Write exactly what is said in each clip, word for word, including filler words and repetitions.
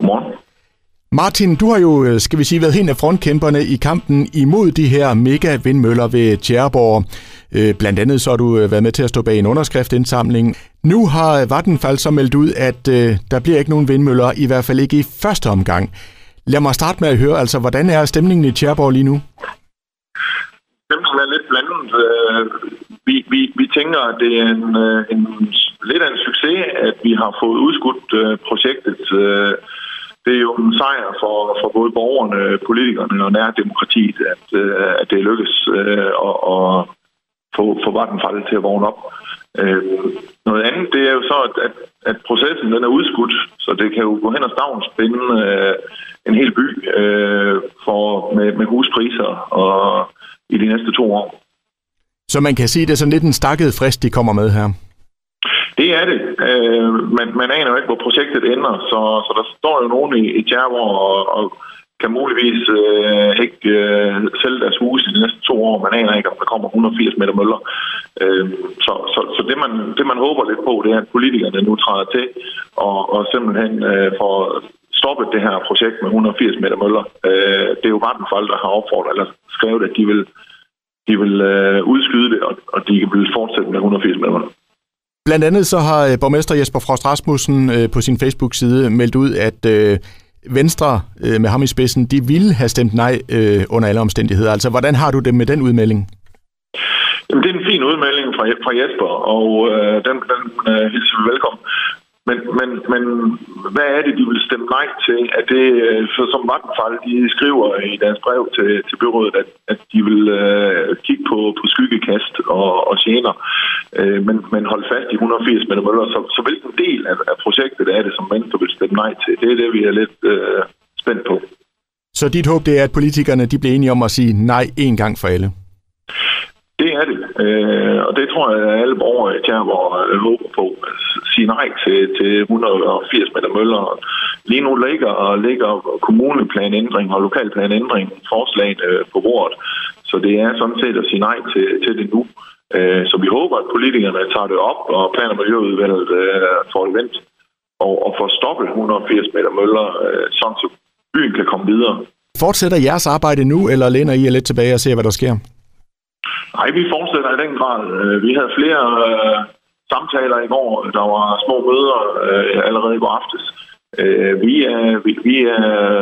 Godmorgen. Martin, du har jo, skal vi sige, været en af frontkæmperne i kampen imod de her mega-vindmøller ved Tjæreborg. Blandt andet så har du været med til at stå bag en underskriftindsamling. Nu har Vattenfall så meldt ud, at der bliver ikke nogen vindmøller, i hvert fald ikke i første omgang. Lad mig starte med at høre, altså, hvordan er stemningen i Tjæreborg lige nu? Stemningen er lidt blandet. Vi, vi, vi tænker, at det er en, en, lidt af en succes, at vi har fået udskudt projektet. Det er jo en sejr for, for både borgerne, politikerne og nærdemokratiet, at, at det lykkes at, at få, få Vattenfall til at vågne op. Noget andet, det er jo så, at, at processen den er udskudt, så det kan jo gå hen og stavnsbinde en hel by for, med, med huspriser og i de næste to år. Så man kan sige, at det er sådan lidt en stakket frist, de kommer med her? Det er det. Øh, man, man aner jo ikke, hvor projektet ender, så, så der står jo nogen i, i Tjæreborg og, og kan muligvis øh, ikke øh, sælge deres hus i de næste to år. Man aner ikke, om der kommer et hundrede og firs meter møller. Øh, så så, så det, man, det, man håber lidt på, det er, at politikerne nu træder til og, og simpelthen øh, får stoppet det her projekt med et hundrede og firs meter møller. Øh, det er jo Vattenfall, der har opfordret eller skrevet, at de vil, de vil øh, udskyde det, og, og de vil fortsætte med et hundrede og firs meter møller. Blandt andet så har borgmester Jesper Frost Rasmussen på sin Facebook-side meldt ud, at Venstre med ham i spidsen, de ville have stemt nej under alle omstændigheder. Altså, hvordan har du det med den udmelding? Jamen, det er en fin udmelding fra, fra Jesper, og øh, den, den øh, hilser vi velkommen. Men, men, men hvad er det, de vil stemme nej til? At det, så som Vattenfall, de skriver i deres brev til, til byrådet, at, at de vil øh, kigge på, på skyggekast og, og gener, øh, men, men holde fast i et hundrede og firs meter møller. Så, så hvilken del af, af projektet er det, som Venstre vil stemme nej til? Det er det, vi er lidt øh, spændt på. Så dit håb, det er, at politikerne de bliver enige om at sige nej en gang for alle? Det er det, øh, og det tror jeg, at alle borgere i Tjæreborg håber på. At sige nej til, til et hundrede og firs meter møller. Lige nu ligger, ligger kommuneplanændring og lokalplanændring forslag på bordet, så det er sådan set at sige nej til, til det nu. Øh, så vi håber, at politikerne tager det op, og plan- og miljøudvalget øh, får det vendt, og, og får stoppet et hundrede og firs meter møller, øh, sådan så byen kan komme videre. Fortsætter jeres arbejde nu, eller læner I lidt tilbage og ser, hvad der sker? Nej, vi fortsætter i den grad. Vi havde flere øh, samtaler i går. Der var små møder øh, allerede i går aftes. Øh, vi er, vi, vi er,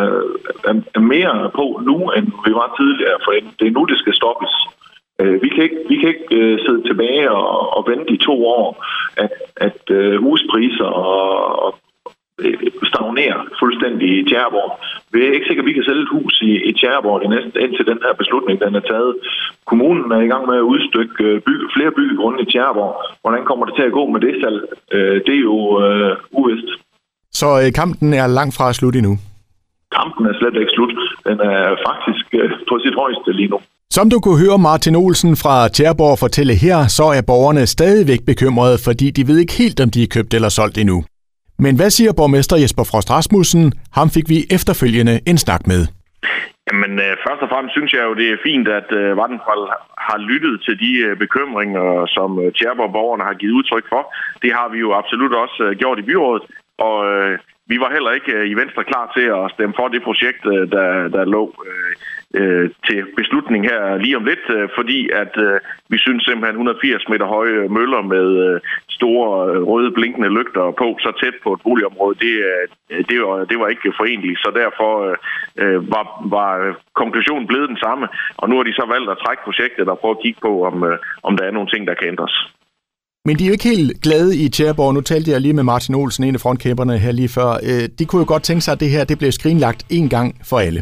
er mere på nu, end vi var tidligere, for det er nu, det skal stoppes. Øh, vi kan ikke, vi kan ikke øh, sidde tilbage og, og vente i to år, at, at øh, huspriser og, og stagnerer fuldstændig i Tjæreborg. Vi er ikke sikkert, at vi kan sælge et hus i, i Tjæreborg det næste, indtil den her beslutning den er taget. Kommunen er i gang med at udstykke bygge, flere byggegrunde i Tjæreborg. Hvordan kommer det til at gå med det salg? Det er jo øh, uvist. Så øh, kampen er langt fra slut endnu? Kampen er slet ikke slut. Den er faktisk øh, på sit højeste lige nu. Som du kunne høre Martin Olsen fra Tjæreborg fortælle her, så er borgerne stadigvæk bekymrede, fordi de ved ikke helt, om de er købt eller solgt endnu. Men hvad siger borgmester Jesper Frost Rasmussen? Ham fik vi efterfølgende en snak med. Jamen, øh, først og fremmest synes jeg jo, det er fint, at øh, Vattenfall har lyttet til de øh, bekymringer, som øh, Tjæreborg-borgerne har givet udtryk for. Det har vi jo absolut også øh, gjort i byrådet, og øh, vi var heller ikke øh, i Venstre klar til at stemme for det projekt, øh, der, der lå øh, øh, til beslutning her lige om lidt, øh, fordi at øh, vi synes simpelthen et hundrede og firs meter høje møller med øh, store øh, røde blinkende lygter på så tæt på et boligområde, det, øh, det, var, det var ikke forenligt, så derfor øh, var, var konklusionen blevet den samme, og nu har de så valgt at trække projektet og prøve at kigge på, om, øh, om der er nogle ting, der kan ændres. Men de er jo ikke helt glade i Tjæreborg. Nu talte jeg lige med Martin Olsen, en af frontkæmperne her lige før. De kunne jo godt tænke sig, at det her det blev skrinlagt en gang for alle.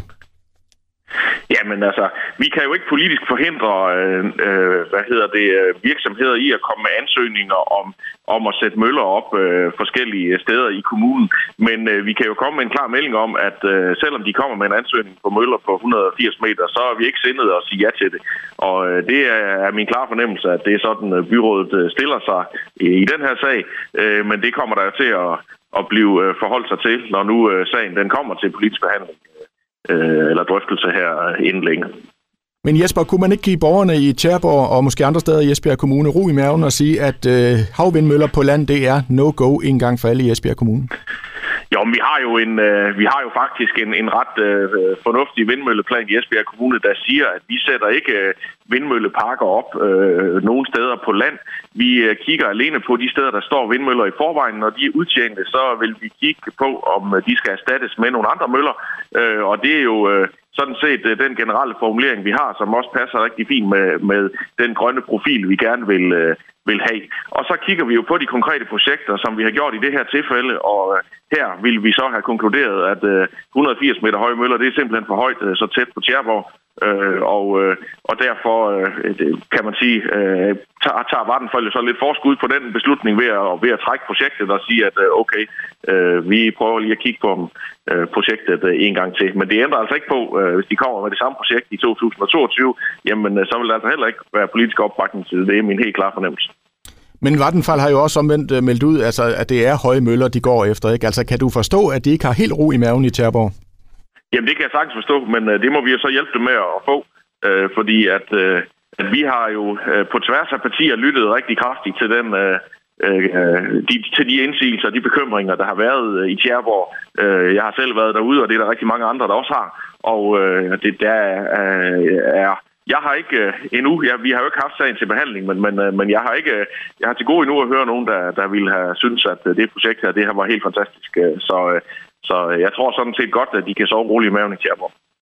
Jamen altså, vi kan jo ikke politisk forhindre øh, øh, hvad hedder det, virksomheder i at komme med ansøgninger om, om at sætte møller op øh, forskellige steder i kommunen. Men øh, vi kan jo komme med en klar melding om, at øh, selvom de kommer med en ansøgning på møller på et hundrede og firs meter, så er vi ikke sindet at sige ja til det. Og øh, det er min klare fornemmelse, at det er sådan, at byrådet stiller sig i, i den her sag. Øh, men det kommer der til at, at blive forholdt sig til, når nu øh, sagen den kommer til politisk behandling eller drøftelse her inden længe. Men Jesper, kunne man ikke give borgerne i Tjæreborg og måske andre steder i Esbjerg Kommune ro i maven og sige, at øh, havvindmøller på land, det er no-go en gang for alle i Esbjerg Kommune? Jo, men vi har jo en, øh, vi har jo faktisk en, en ret øh, fornuftig vindmølleplan i Esbjerg Kommune, der siger, at vi sætter ikke øh, vindmølleparker op øh, nogen steder på land. Vi øh, kigger alene på de steder, der står vindmøller i forvejen. Når de er udtjente, så vil vi kigge på, om de skal erstattes med nogle andre møller. Øh, og det er jo øh, sådan set øh, den generelle formulering, vi har, som også passer rigtig fint med, med den grønne profil, vi gerne vil øh, vil have. Og så kigger vi jo på de konkrete projekter, som vi har gjort i det her tilfælde, og her vil vi så have konkluderet, at et hundrede og firs meter høje møller, det er simpelthen for højt så tæt på Tjæreborg, og, og derfor kan man sige, tager, tager Vattenfall jo så lidt forskud på den beslutning ved at, ved at trække projektet og sige, at okay, vi prøver lige at kigge på projektet en gang til. Men det ændrer altså ikke på, hvis de kommer med det samme projekt i to tusind og toogtyve, jamen så vil der altså heller ikke være politisk opbakning til det. Det er min helt klare fornemmelse. Men Vattenfall har jo også omvendt meldt ud, altså, at det er høje møller, de går efter, ikke? Altså, kan du forstå, at de ikke har helt ro i maven i Tjæreborg? Jamen, det kan jeg sagtens forstå, men øh, det må vi jo så hjælpe dem med at få, øh, fordi at, øh, at vi har jo øh, på tværs af partier lyttet rigtig kraftigt til den øh, øh, de, til de indsigelser og de bekymringer, der har været øh, i Tjæreborg. Øh, jeg har selv været derude, og det er der rigtig mange andre, der også har, og øh, det der øh, er... Jeg har ikke uh, endnu, ja, vi har jo ikke haft sagen til behandling, men, men, uh, men jeg har ikke, uh, jeg har til gode endnu at høre nogen, der, der ville have syntes, at uh, det projekt her, det her var helt fantastisk. Uh, så, uh, så jeg tror sådan set godt, at de kan sove roligt i maven i Tjæreborg.